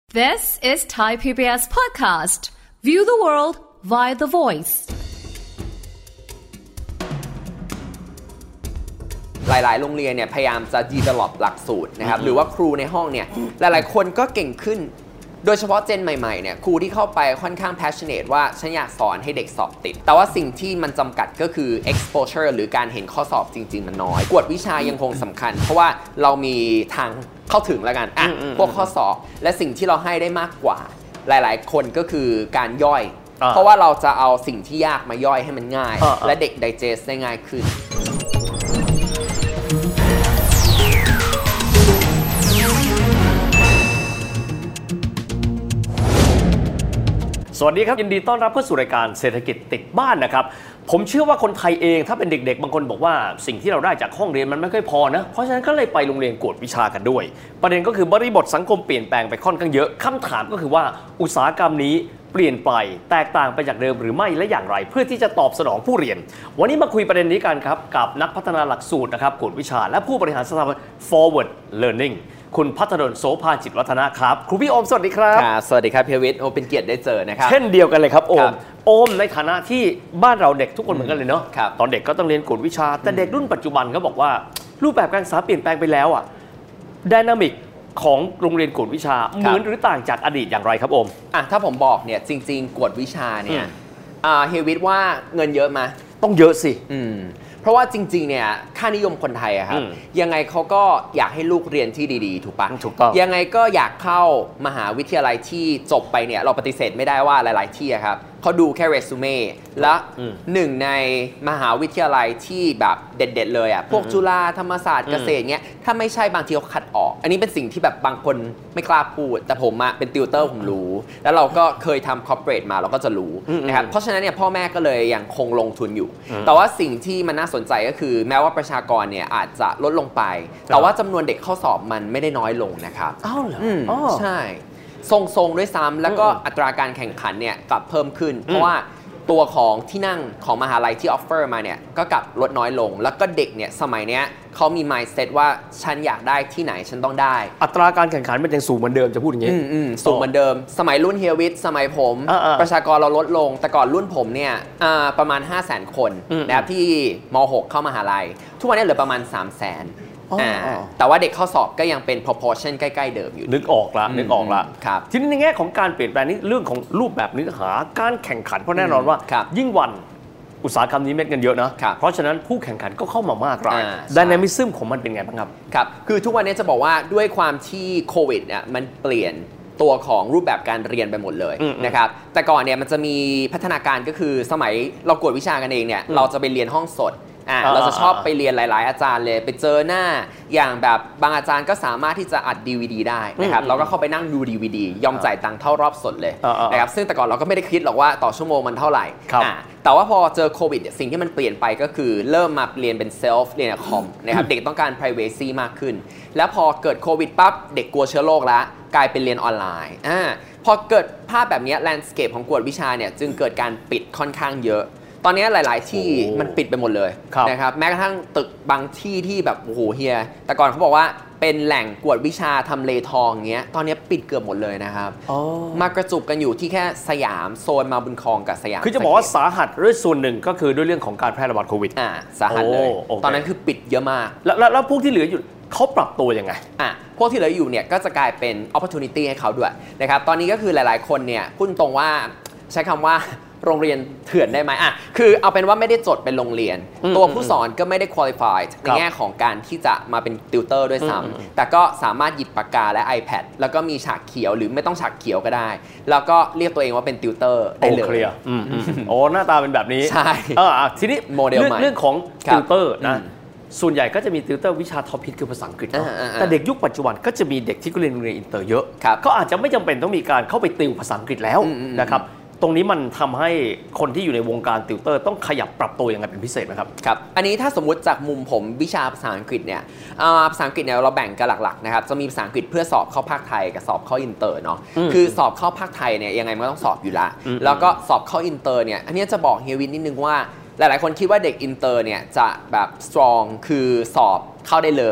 This is Thai PBS podcast. View the world via the voice. หลายๆโรงเรียนเนี่ยพยายามจะ develop หลักสูตรนะครับหรือว่าครูในห้องเนี่ยหลายๆคนก็เก่งขึ้นโดยเฉพาะเจนใหม่ๆเนี่ยครูที่เข้าไปค่อนข้าง passionate ว่าฉันอยากสอนให้เด็กสอบติดแต่ว่าสิ่งที่มันจำกัดก็คือ exposure หรือการเห็นข้อสอบจริงๆมันน้อยกวดวิชายังคงสำคัญเพราะว่าเรามีทางเข้าถึงแล้วกันพวกข้อสอบและสิ่งที่เราให้ได้มากกว่าหลายๆคนก็คือการย่อยเพราะว่าเราจะเอาสิ่งที่ยากมาย่อยให้มันง่ายและเด็ก digest ได้ง่ายขึ้นสวัสดีครับยินดีต้อนรับเข้าสู่รายการเศรษฐกิจติดบ้านนะครับผมเชื่อว่าคนไทยเองถ้าเป็นเด็กๆบางคนบอกว่าสิ่งที่เราได้จากห้องเรียนมันไม่ค่อยพอนะเพราะฉะนั้นก็เลยไปโรงเรียนกวดวิชากันด้วยประเด็นก็คือบริบทสังคมเปลี่ยนแปลงไปค่อนข้างเยอะคำถามก็คือว่าอุตสาหกรรมนี้เปลี่ยนไปแตกต่างไปจากเดิมหรือไม่และอย่างไรเพื่อที่จะตอบสนองผู้เรียนวันนี้มาคุยประเด็นนี้กันครับกับนักพัฒนาหลักสูตรนะครับกวดวิชาและผู้บริหารสถาบัน Forward Learningคุณภัทรดลโสภาจิตวัฒนะครับครูพี่โอมสวัสดีครับสวัสดีครับเพียรวิทย์โอเป็นเกียรติได้เจอนะครับเช่นเดียวกันเลยครับโอมในฐานะที่บ้านเราเด็กทุกคนเหมือนกันเลยเนาะตอนเด็กก็ต้องเรียนกวดวิชาแต่เด็กรุ่นปัจจุบันเขาบอกว่ารูปแบบการศึกษาเปลี่ยนแปลงไปแล้วอ่ะไดนามิกของโรงเรียนกวดวิชาเหมือนหรือต่างจากอดีตอย่างไรครับโอมถ้าผมบอกเนี่ยจริงๆกวดวิชาเนี่ยเฮียวิทย์ว่าเงินเยอะมาต้องเยอะสิเพราะว่าจริงๆเนี่ยค่านิยมคนไทยอะครับยังไงเขาก็อยากให้ลูกเรียนที่ดีๆถูกปะถูกต้องยังไงก็อยากเข้ามหาวิทยาลัยที่จบไปเนี่ยเราปฏิเสธไม่ได้ว่าหลายๆที่ครับเขาดูแค่เรซูเม่และหนึ่งในมหาวิทยาลัยที่แบบเด็ดๆเลยอ่ะพวกจุฬาธรรมศาสตร์เกษตรเงี้ยถ้าไม่ใช่บางทีเขาคัดออกอันนี้เป็นสิ่งที่แบบบางคนไม่กล้าพูดแต่ผมอะเป็นติวเตอร์ผมรู้แล้วเราก็เคยทำคอร์ปอเรทมาเราก็จะรู้นะครับเพราะฉะนั้นเนี่ยพ่อแม่ก็เลยยังคงลงทุนอยู่แต่ว่าสิ่งที่มันน่าสนใจก็คือแม้ว่าประชากรเนี่ยอาจจะลดลงไปแต่ว่าจำนวนเด็กเข้าสอบมันไม่ได้น้อยลงนะครับอ้าวเหรอใช่ทรงๆด้วยซ้ำแล้วก็อัตราการแข่งขันเนี่ยกลับเพิ่มขึ้นเพราะว่าตัวของที่นั่งของมหาลัยที่ออฟเฟอร์มาเนี่ยก็กลับลดน้อยลงแล้วก็เด็กเนี่ยสมัยเนี้ยเขามี mindset ว่าฉันอยากได้ที่ไหนฉันต้องได้อัตราการแข่งขันมันยังสูงเหมือนเดิมจะพูดอย่างนี้สูงเหมือนเดิมสมัยรุ่นเฮียวิทย์สมัยผมประชากรเราลดลงแต่ก่อนรุ่นผมเนี่ยประมาณ 500,000 คนนะครับที่ม.6 เข้ามหาลัยทุกวันนี้เหลือประมาณ 300,000แต่ว่าเด็กเข้าสอบก็ยังเป็น proportion ใกล้ๆเดิมอยู่นึกออกละครับทีนี้ในแง่ของการเปลี่ยนแปลงนี้เรื่องของรูปแบบเนื้อหาการแข่งขันเพราะแน่นอนว่ายิ่งวันอุตสาหกรรมนี้เม็ดเงินเยอะนะเพราะฉะนั้นผู้แข่งขันก็เข้ามามากรายไดนามิซึมของมันเป็นไงบ้างครับคือทุกวันนี้จะบอกว่าด้วยความที่โควิดเนี่ยมันเปลี่ยนตัวของรูปแบบการเรียนไปหมดเลยนะครับแต่ก่อนเนี่ยมันจะมีพัฒนาการก็คือสมัยเรากวดวิชากันเองเนี่ยเราจะไปเรียนห้องสดเราจะชอบไปเรียนหลายๆอาจารย์เลยไปเจอหน้าอย่างแบบบางอาจารย์ก็สามารถที่จะอัด DVD ได้นะครับเราก็เข้าไปนั่งดู DVD ยอมจ่ายตังค์เท่ารอบสดเลยนะครับซึ่งแต่ก่อนเราก็ไม่ได้คิดหรอกว่าต่อชั่วโมงมันเท่าไหร่แต่ว่าพอเจอโควิดสิ่งที่มันเปลี่ยนไปก็คือเริ่มมาเรียนเป็นเซลฟ์เรียนกับคอมนะครับเด็กต้องการ privacy มากขึ้นแล้วพอเกิดโควิดปั๊บเด็กกลัวเชื้อโรคแล้วกลายเป็นเรียนออนไลน์พอเกิดภาพแบบนี้ landscape ของกวดวิชาเนี่ยจึงเกิดการปิดค่อนข้างเยอะตอนนี้หลายๆที่มันปิดไปหมดเลยนะครับแม้กระทั่งตึกบางที่ที่แบบโอ้โหเฮียแต่ก่อนเขาบอกว่าเป็นแหล่งกวดวิชาทำเลทองเงี้ยตอนนี้ปิดเกือบหมดเลยนะครับมากระจุกกันอยู่ที่แค่สยามโซนมาบุญครองกับสยามคือจะบอกว่าสาหัสด้วยส่วนหนึ่งก็คือด้วยเรื่องของการแพร่ระบาดโควิดสาหัสเลยตอนนั้นคือปิดเยอะมากแล้วพวกที่เหลืออยู่เขาปรับตัวยังไงพวกที่เหลืออยู่เนี่ยก็จะกลายเป็น opportunity ให้เขาด้วยนะครับตอนนี้ก็คือหลายๆคนเนี่ยพูดตรงว่าใช้คำว่าโรงเรียนเถื่อนได้ไหมคือเอาเป็นว่าไม่ได้จดเป็นโรงเรียนตัวผู้สอนก็ไม่ได้ qualified ในแง่ของการที่จะมาเป็นติวเตอร์ด้วยซ้ำแต่ก็สามารถหยิบปากกาและ iPad แล้วก็มีฉากเขียวหรือไม่ต้องฉากเขียวก็ได้แล้วก็เรียกตัวเองว่าเป็นติวเตอร์ได้เลยโอ้หน้าตาเป็นแบบนี้ใช่ทีนี้โมเดลใหม่เรื่องของติวเตอร์นะส่วนใหญ่ก็จะมีติวเตอร์วิชาท็อปฮิตคือภาษาอังกฤษแต่เด็กยุคปัจจุบันก็จะมีเด็กที่เรียนโรงเรียนอินเตอร์เยอะก็อาจจะไม่จำเป็นต้องมีการเข้าไปติวภาษาอังกฤษแล้วนะครับตรงนี้มันทำให้คนที่อยู่ในวงการติวเตอร์ต้องขยับปรับตัวยังไงเป็นพิเศษไหมครับครับอันนี้ถ้าสมมุติจากมุมผมวิชาภาษาอังกฤษเนี่ยภาษาอังกฤษเนี่ยเราแบ่งกันหลักๆนะครับจะมีภาษาอังกฤษเพื่อสอบเข้าภาคไทยกับสอบเข้าอินเตอร์เนาะคือสอบเข้าภาคไทยเนี่ยยังไงมันก็ต้องสอบอยู่ละแล้วก็สอบเข้าอินเตอร์เนี่ยอันนี้จะบอกเฮียวินนิดนึงว่าหลายๆคนคิดว่าเด็กอินเตอร์เนี่ยจะแบบ strong คือสอบเข้าได้เลย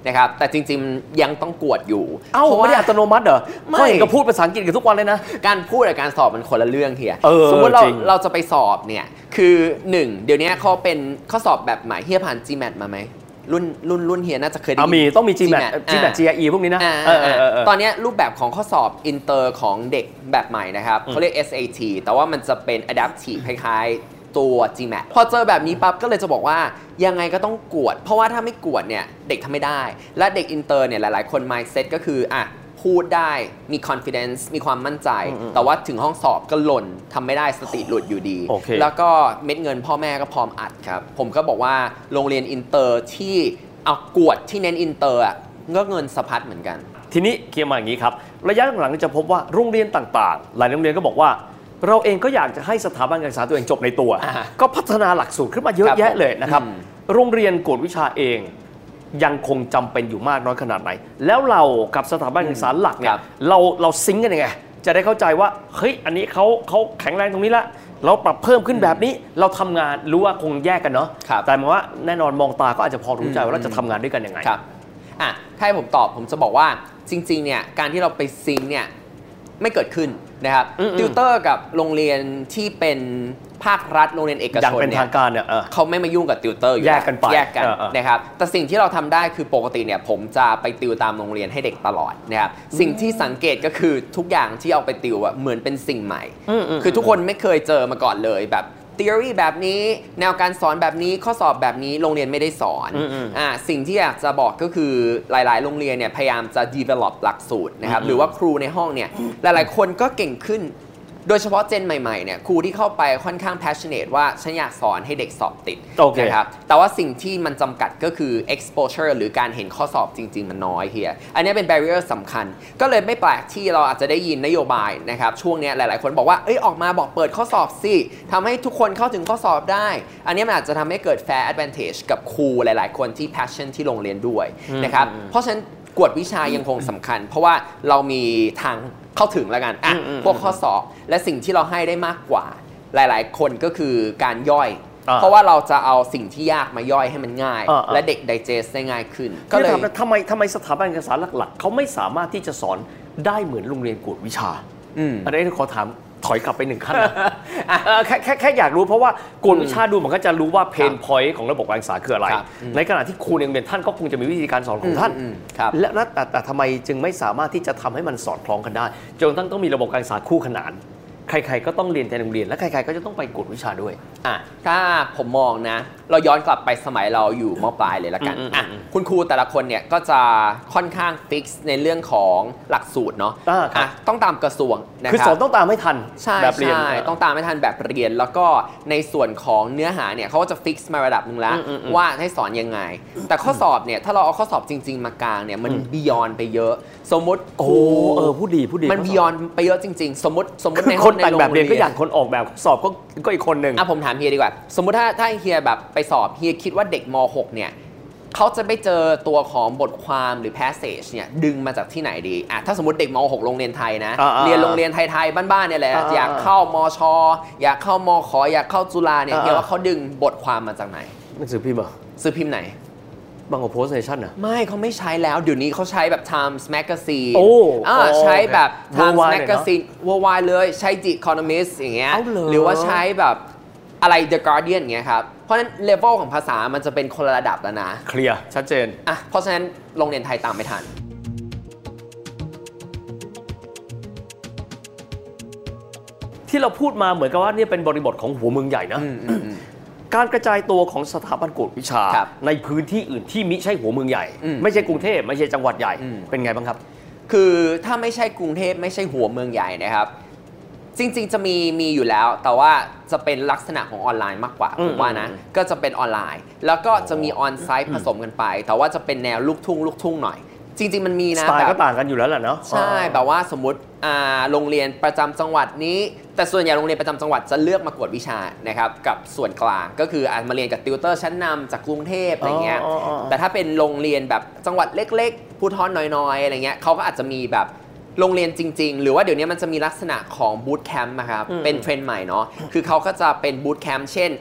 นะครับแต่จริงๆยังต้องกวดอยู่ไม่ได้อัตโนมัติเหรอไม่เขาเห็นก็พูดภาษาอังกฤษกันทุกวันเลยนะการพูดกับการสอบมันคนละเรื่องเฮียสสมมมมติติเราจะไปสอบเนี่ยคือ1เดี๋ยวนี้เขาเป็นข้อสอบแบบใหม่เฮียผ่าน GMAT มาไหมรุ่นเฮียน่าจะเคยได้ยินมีต้องมี GMAT GRE พวกนี้นะตอนนี้รูปแบบของข้อสอบอินเตอร์ของเด็กแบบใหม่นะครับเขาเรียก SAT แต่ว่ามันจะเป็น adaptive คล้ายๆตัว GMAT พอเจอแบบนี้ปั๊บก็เลยจะบอกว่ายังไงก็ต้องกวดเพราะว่าถ้าไม่กวดเนี่ยเด็กทำไม่ได้และเด็กอินเตอร์เนี่ยหลายๆคน mindset ก็คือพูดได้มี confidence มีความมั่นใจแต่ว่าถึงห้องสอบก็หล่นทำไม่ได้สติหลุดอยู่ดี แล้วก็เม็ดเงินพ่อแม่ก็พร้อมอัดครับผมก็บอกว่าโรงเรียนอินเตอร์ที่เอากวดที่เน้นอินเตอร์ก็เงินสะพัดเหมือนกันทีนี้เคลียร์มาอย่างนี้ครับระยะหลังจะพบว่าโรงเรียนต่างๆหลายโรงเรียนก็บอกว่าเราเองก็อยากจะให้สถาบันการศึกษาตัวเองจบในตัวก็พัฒนาหลักสูตรขึ้นมาเยอะแยะเลยนะครับโรงเรียนกวดวิชาเองยังคงจำเป็นอยู่มากน้อยขนาดไหนแล้วเรากับสถาบันการศึกษาหลักเนี่ยเราซิงค์กันยังไงจะได้เข้าใจว่าเฮ้ยอันนี้เขาแข็งแรงตรงนี้ละเราปรับเพิ่มขึ้นแบบนี้เราทำงานรู้ว่าคงแยกกันเนาะแต่หมายว่าแน่นอนมองตาก็อาจจะพอรู้ใจว่าเราจะทำงานด้วยกันยังไงครับถ้าให้ผมตอบผมจะบอกว่าจริงๆเนี่ยการที่เราไปซิงค์เนี่ยไม่เกิดขึ้นนะครับติวเตอร์กับโรงเรียนที่เป็นภาครัฐโรงเรียนเอกชนเนี่ยเขาไม่มายุ่งกับติวเตอร์แยกกันไปแยกกันนะครับแต่สิ่งที่เราทำได้คือปกติเนี่ยผมจะไปติวตามโรงเรียนให้เด็กตลอดนะครับสิ่งที่สังเกตก็คือทุกอย่างที่เอาไปติวเหมือนเป็นสิ่งใหม่คือทุกคนไม่เคยเจอมาก่อนเลยแบบtheory แบบนี้แนวการสอนแบบนี้ข้อสอบแบบนี้โรงเรียนไม่ได้สอนสิ่งที่อยากจะบอกก็คือหลายๆโรงเรียนเนี่ยพยายามจะ develop หลักสูตรนะครับหรือว่าครูในห้องเนี่ยหลายๆคนก็เก่งขึ้นโดยเฉพาะเจนใหม่ๆเนี่ยครูที่เข้าไปค่อนข้าง passionate ว่าฉันอยากสอนให้เด็กสอบติดนะครับแต่ว่าสิ่งที่มันจำกัดก็คือ exposure หรือการเห็นข้อสอบจริงๆมันน้อยเฮียอันนี้เป็น barrier สำคัญก็เลยไม่แปลกที่เราอาจจะได้ยินนโยบายนะครับช่วงนี้หลายๆคนบอกว่าออกมาบอกเปิดข้อสอบสิทำให้ทุกคนเข้าถึงข้อสอบได้อันนี้มันอาจจะทำให้เกิด fair advantage กับครูหลายๆคนที่ passion ที่โรงเรียนด้วยนะครับเพราะฉะนั้นกวดวิชายังคงสำคัญเพราะว่าเรามีทางเข้าถึงแล้วกันพวกข้อสอบและสิ่งที่เราให้ได้มากกว่าหลายๆคนก็คือการย่อยเพราะว่าเราจะเอาสิ่งที่ยากมาย่อยให้มันง่ายและเด็ก digest ได้ง่ายขึ้นก็เลยทำไมสถาบันการศึกษาหลักๆเขาไม่สามารถที่จะสอนได้เหมือนโรงเรียนกวดวิชาอันนี้ขอถามถอยกลับไป1ขั้นนะแค่อยากรู้เพราะว่ากวดวิชาดูมันก็จะรู้ว่าเพนพอยต์ของระบบการศึกษาคืออะไรในขณะที่ครูในโรงเรียนท่านก็คงจะมีวิธีการสอนของท่านและแต่ทำไมจึงไม่สามารถที่จะทำให้มันสอดคล้องกันได้จนต้องมีระบบการศึกษาคู่ขนานใครๆก็ต้องเรียนในโรงเรียนและใครๆก็จะต้องไปกวดวิชาด้วยถ้าผมมองนะเราย้อนกลับไปสมัยเราอยู่ม.ปลายเลยละกันคุณครูแต่ละคนเนี่ยก็จะค่อนข้างฟิกซ์ในเรื่องของหลักสูตรเนาะต้องตามกระทรวงนะครับคือสอนต้องตามไม่ทันแบบเรียนต้องตามไม่ทันแบบเรียนแล้วก็ในส่วนของเนื้อหาเนี่ยเขาก็จะฟิกซ์มาระดับนึงแล้วว่าให้สอนยังไงแต่ข้อสอบเนี่ยถ้าเราเอาข้อสอบจริงๆมากลางเนี่ยมันบียอนไปเยอะสมมติครูพูดดีมันบียอนไปเยอะจริงๆสมมติในคนแต่งแบบเรียนก็อย่างคนออกแบบสอบก็อีกคนหนึ่งผมถามเฮียดีกว่าสมมุติถ้าเฮียแบบไปสอบเฮียคิดว่าเด็กม.6 เนี่ยเขาจะไปเจอตัวของบทความหรือ passage เนี่ยดึงมาจากที่ไหนดีถ้าสมมติเด็กม.6 โรงเรียนไทยนะเรียนโรงเรียนไทยๆบ้านๆเนี่ยแหละอยากเข้ามช.อยากเข้ามข.อยากเข้าจุฬาเนี่ยเฮียว่าเขาดึงบทความมาจากไหนหนังสือพิมพ์เหรอซื้อพิมพ์ไหนบางกอกโพสต์เซชั่นไม่เขาไม่ใช้แล้วเดี๋ยวนี้เขาใช้แบบ Times Magazine ใช้แบบ Times Magazine Worldwide เลยใช้ The Economist อย่างเงี้ยหรือว่าใช้แบบอะไร The Guardian อย่างเงี้ยครับเพราะฉะนั้นเลเวลของภาษามันจะเป็นคนละระดับแล้วนะเคลียร์ชัดเจนเพราะฉะนั้นโรงเรียนไทยตามไม่ทันที่เราพูดมาเหมือนกับว่านี่เป็นบริบทของหัวเมืองใหญ่นะการกระจายตัวของสถาบันกวดวิชาในพื้นที่อื่นที่มิใช่หัวเมืองใหญ่ไม่ใช่กรุงเทพไม่ใช่จังหวัดใหญ่เป็นไงบ้างครับคือถ้าไม่ใช่กรุงเทพไม่ใช่หัวเมืองใหญ่นะครับจริงๆจะมีอยู่แล้วแต่ว่าจะเป็นลักษณะของออนไลน์มากกว่าผมว่านะก็จะเป็นออนไลน์แล้วก็จะมีออนไซต์ผสมกันไปแต่ว่าจะเป็นแนวลูกทุ่งหน่อยจริงๆมันมีนะสไตล์ก็ต่างกันอยู่แล้วแหละเนาะใช่แบบว่าสมมติโรงเรียนประจำจังหวัดนี้แต่ส่วนใหญ่โรงเรียนประจำจังหวัดจะเลือกมากวดวิชานะครับกับส่วนกลางก็คือมาเรียนกับติวเตอร์ชั้นนำจากกรุงเทพอะไรเงี้ยแต่ถ้าเป็นโรงเรียนแบบจังหวัดเล็กๆภูทรน้อยๆอะไรเงี้ยเขาก็อาจจะมีแบบโรงเรียนจริงๆหรือว่าเดี๋ยวนี้มันจะมีลักษณะของบูตแคมป์นะครับเป็นเทรนด์ใหม่เนาะคือเขาก็จะเป็นบูตแคมป์เช่น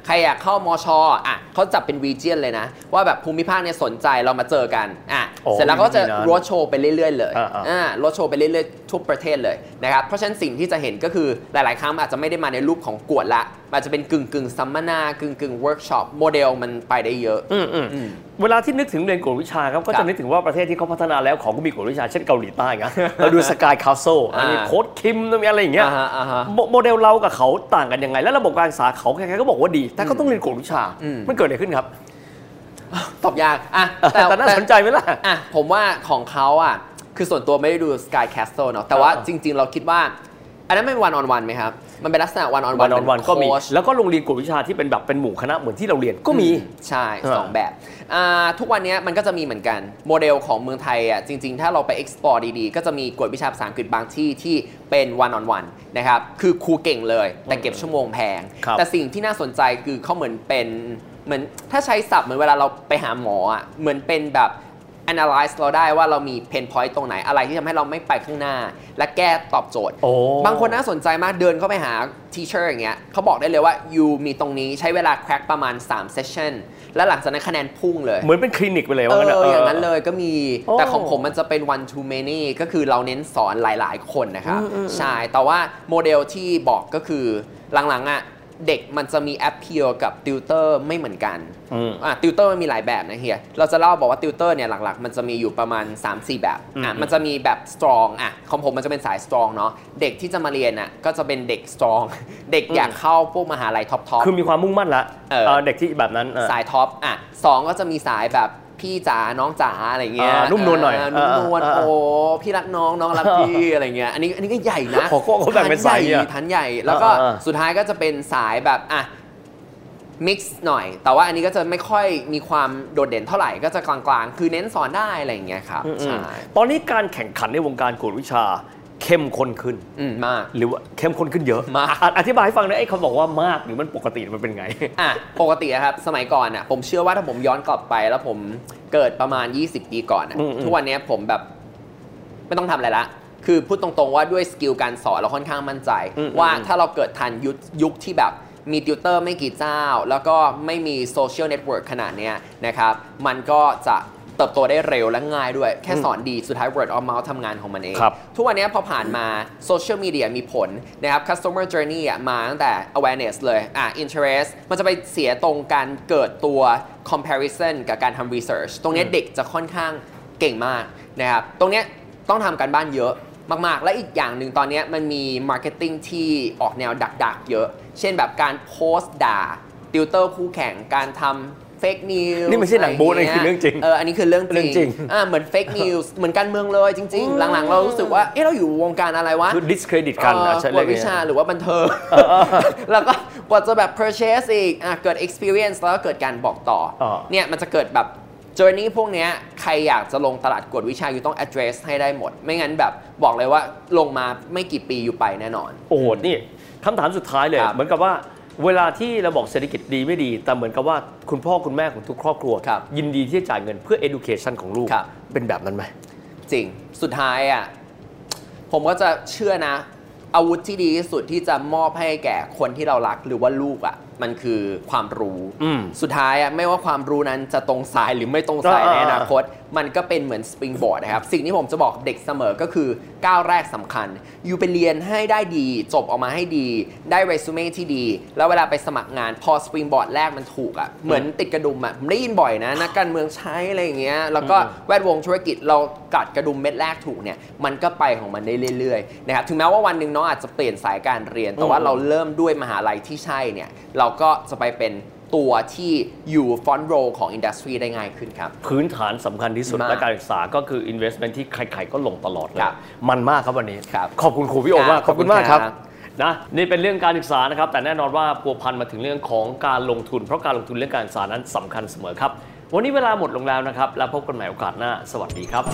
ใครอยากเข้ามชเขาจับเป็น region เลยนะว่าแบบภูมิภาคเนี่ยสนใจเรามาเจอกันเสร็จแล้วก็จะรถโชว์ไปเรื่อยๆเลยรถโชว์ไปเรื่อยๆทุกประเทศเลยนะครับเพราะฉะนั้นสิ่งที่จะเห็นก็คือหลายๆครั้งอาจจะไม่ได้มาในรูปของกวดละอาจจะเป็นกึ่งสัมมนากึ่งเวิร์กช็อปโมเดลมันไปได้เยอะเวลาที่นึกถึงเรียนกวดวิชาครับก็จะนึกถึงว่าประเทศที่เขาพัฒนาแล้วเขาก็มีกวดวิชาเช่นเกาหลีใต้นะเราดูสกายคาสเซิลอันนี้โค้ดคิมมีอะไรอย่างเงี้ยโมเดลเรากับเขาต่างกันยังไงและระบบการศึกษาเขาใครๆก็บอกว่าดีแต่ก็ต้องเรียนกวดวิชามันเกิดอะไรขึ้นครับตอบยากแต่น่าสนใจไหมล่ะผมว่าของเขาคือส่วนตัวไม่ได้ดู Sky Castle เนาะแต่ว่าจริงๆเราคิดว่าอันนั้นเป็นวันออนวันไหมครับมันเป็นลักษณะวันออนวันก็มีแล้วก็โรงเรียนกวดวิชาที่เป็นแบบเป็นหมู่คณะเหมือนที่เราเรียนก็มีใช่2แบบทุกวันนี้มันก็จะมีเหมือนกันโมเดลของเมืองไทยจริงๆถ้าเราไป explore ดีๆก็จะมีกวดวิชาภาษาอังกฤษบางที่ที่เป็นวันออนวันนะครับคือครูเก่งเลยแต่เก็บชั่วโมงแพงแต่สิ่งที่น่าสนใจคือเขาเหมือนถ้าใช้ศัพท์เหมือนเวลาเราไปหาหมอเหมือนเป็นแบบ analyze เราได้ว่าเรามี pain point ตรงไหนอะไรที่ทำให้เราไม่ไปข้างหน้าและแก้ตอบโจทย์บางคนน่าสนใจมากเดินเข้าไปหา teacher อย่างเงี้ยเขาบอกได้เลยว่า you มีตรงนี้ใช้เวลา crack ประมาณ3 session แล้วหลังจากนั้นคะแนนพุ่งเลยเหมือนเป็นคลินิกไปเลยว่าอย่างนั้นเลยก็มีแต่ของผมมันจะเป็น one to many ก็คือเราเน้นสอนหลายๆคนนะครับใช่แต่ว่าโมเดลที่บอกก็คือหลังๆเด็กมันจะมีแอปเพียลกับติวเตอร์ไม่เหมือนกันติวเตอร์มันมีหลายแบบนะเฮียเราจะเล่าบอกว่าติวเตอร์เนี่ยหลักๆมันจะมีอยู่ประมาณ 3-4 แบบมันจะมีแบบ strong ของผมมันจะเป็นสาย strong เนาะเด็กที่จะมาเรียนก็จะเป็นเด็ก strong เด็กอยากเข้าพวกมหาลัยท็อปคือมีความมุ่งมั่นละเด็กที่แบบนั้นสายท็อป2ก็จะมีสายแบบพี่จ๋าน้องจ๋าอะไรเงี้ยนุ่มนวลหน่อยนุ่มนวลโอ้พี่รักน้องรักพี่อะไรเงี้ยอันนี้ก็ใหญ่นะเขาแบ่งเป็นสายฐานใหญ่แล้วก็สุดท้ายก็จะเป็นสายแบบมิกซ์หน่อยแต่ว่าอันนี้ก็จะไม่ค่อยมีความโดดเด่นเท่าไหร่ก็จะกลางๆคือเน้นสอนได้อะไรอย่างเงี้ยครับใช่ตอนนี้การแข่งขันในวงการกวดวิชาเข้มข้นขึ้นมากหรือว่าเข้มข้นขึ้นเยอะมากอธิบายให้ฟังหน่อยเขาบอกว่ามากหรือมันปกติมันเป็นไงปกติครับสมัยก่อนผมเชื่อว่าถ้าผมย้อนกลับไปแล้วผมเกิดประมาณ20 ปีก่อนทุกวันนี้ผมแบบไม่ต้องทำอะไรละคือพูดตรงๆว่าด้วยสกิลการสอนเราค่อนข้างมั่นใจว่าถ้าเราเกิดทันยุคที่แบบมีติวเตอร์ไม่กี่เจ้าแล้วก็ไม่มีโซเชียลเน็ตเวิร์กขนาดนี้นะครับมันก็จะเติบโตได้เร็วและง่ายด้วยแค่สอนดีสุดท้าย word of mouth ทำงานของมันเองทุกวันนี้พอผ่านมาโซเชียลมีเดียมีผลนะครับ customer journey มาตั้งแต่ awareness เลยinterest มันจะไปเสียตรงการเกิดตัว comparison กับการทำ research ตรงนี้เด็กจะค่อนข้างเก่งมากนะครับตรงนี้ต้องทำการบ้านเยอะมากๆและอีกอย่างหนึ่งตอนนี้มันมีมาร์เก็ตติ้งที่ออกแนวดักๆเยอะเช่นแบบการโพสต์ด่าติวเตอร์คู่แข่งการทำเฟกนิวส์นี่ไม่ใช่หนังบู๊นี่คือเรื่องจริงอันนี้คือเรื่องจริงเหมือนเฟกนิวส์เหมือนการเมืองเลยจริงๆหลังๆเรารู้สึกว่าเราอยู่วงการอะไรวะคือ discredit กันกวดวิชาหรือว่าบันเทิงแล้วก็กว่าจะแบบ purchase อีกเกิด experience แล้วก็เกิดการบอกต่อเนี่ยมันจะเกิดแบบjourney พวกนี้ใครอยากจะลงตลาดกวดวิชาอยู่ต้อง address ให้ได้หมดไม่งั้นแบบบอกเลยว่าลงมาไม่กี่ปีอยู่ไปแน่นอนโอ้โหนี่คำถามสุดท้ายเลยเหมือนกับว่าเวลาที่เราบอกเศรษฐกิจดีไม่ดีแต่เหมือนกับว่าคุณพ่อคุณแม่ของทุกครอบครัวยินดีที่จะจ่ายเงินเพื่อ education ของลูกเป็นแบบนั้นไหมจริงสุดท้ายผมก็จะเชื่อนะอาวุธที่ดีที่สุดที่จะมอบให้แก่คนที่เรารักหรือว่าลูกมันคือความรู้สุดท้ายไม่ว่าความรู้นั้นจะตรงสายหรือไม่ตรงสายในอนาคตมันก็เป็นเหมือนสปริงบอร์ดนะครับสิ่งที่ผมจะบอกเด็กเสมอก็คือก้าวแรกสำคัญอยู่ไปเรียนให้ได้ดีจบออกมาให้ดีได้เรซูเม่ที่ดีแล้วเวลาไปสมัครงานพอสปริงบอร์ดแรกมันถูกเหมือนติดกระดุมผมได้ยินบ่อยนะนักการเมืองใช้อะไรอย่างเงี้ยแล้วก็แวดวงธุรกิจเรากัดกระดุมเม็ดแรกถูกเนี่ยมันก็ไปของมันได้เรื่อยๆนะครับถึงแม้ว่าวันนึงน้องอาจจะเปลี่ยนสายการเรียนแต่ว่าเราเริ่มด้วยมหาลัยที่ใช่เนี่ยเราก็จะไปเป็นตัวที่อยู่ฟรอนต์โรของอินดัสทรีได้ง่ายขึ้นครับพื้นฐานสำคัญที่สุดและการศึกษาก็คือ investment ที่ใครๆก็ลงตลอดเลยมันมากครับวันนี้ขอบคุณครูพี่โอมากขอบคุณมากครับนะนี่เป็นเรื่องการศึกษานะครับแต่แน่นอนว่าพัวพันมาถึงเรื่องของการลงทุนเพราะการลงทุนเรื่องการศึกษานั้นสำคัญเสมอครับวันนี้เวลาหมดลงแล้วนะครับแล้วพบกันใหม่โอกาสหน้าสวัสดีครับ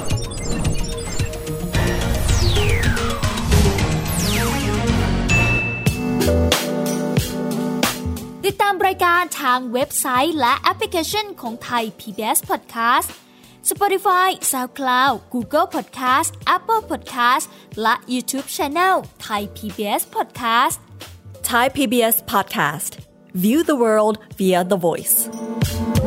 ติดตามรายการทางเว็บไซต์และแอปพลิเคชันของไทย PBS Podcast Spotify SoundCloud Google Podcast Apple Podcast และ YouTube Channel Thai PBS Podcast Thai PBS Podcast View the world via The Voice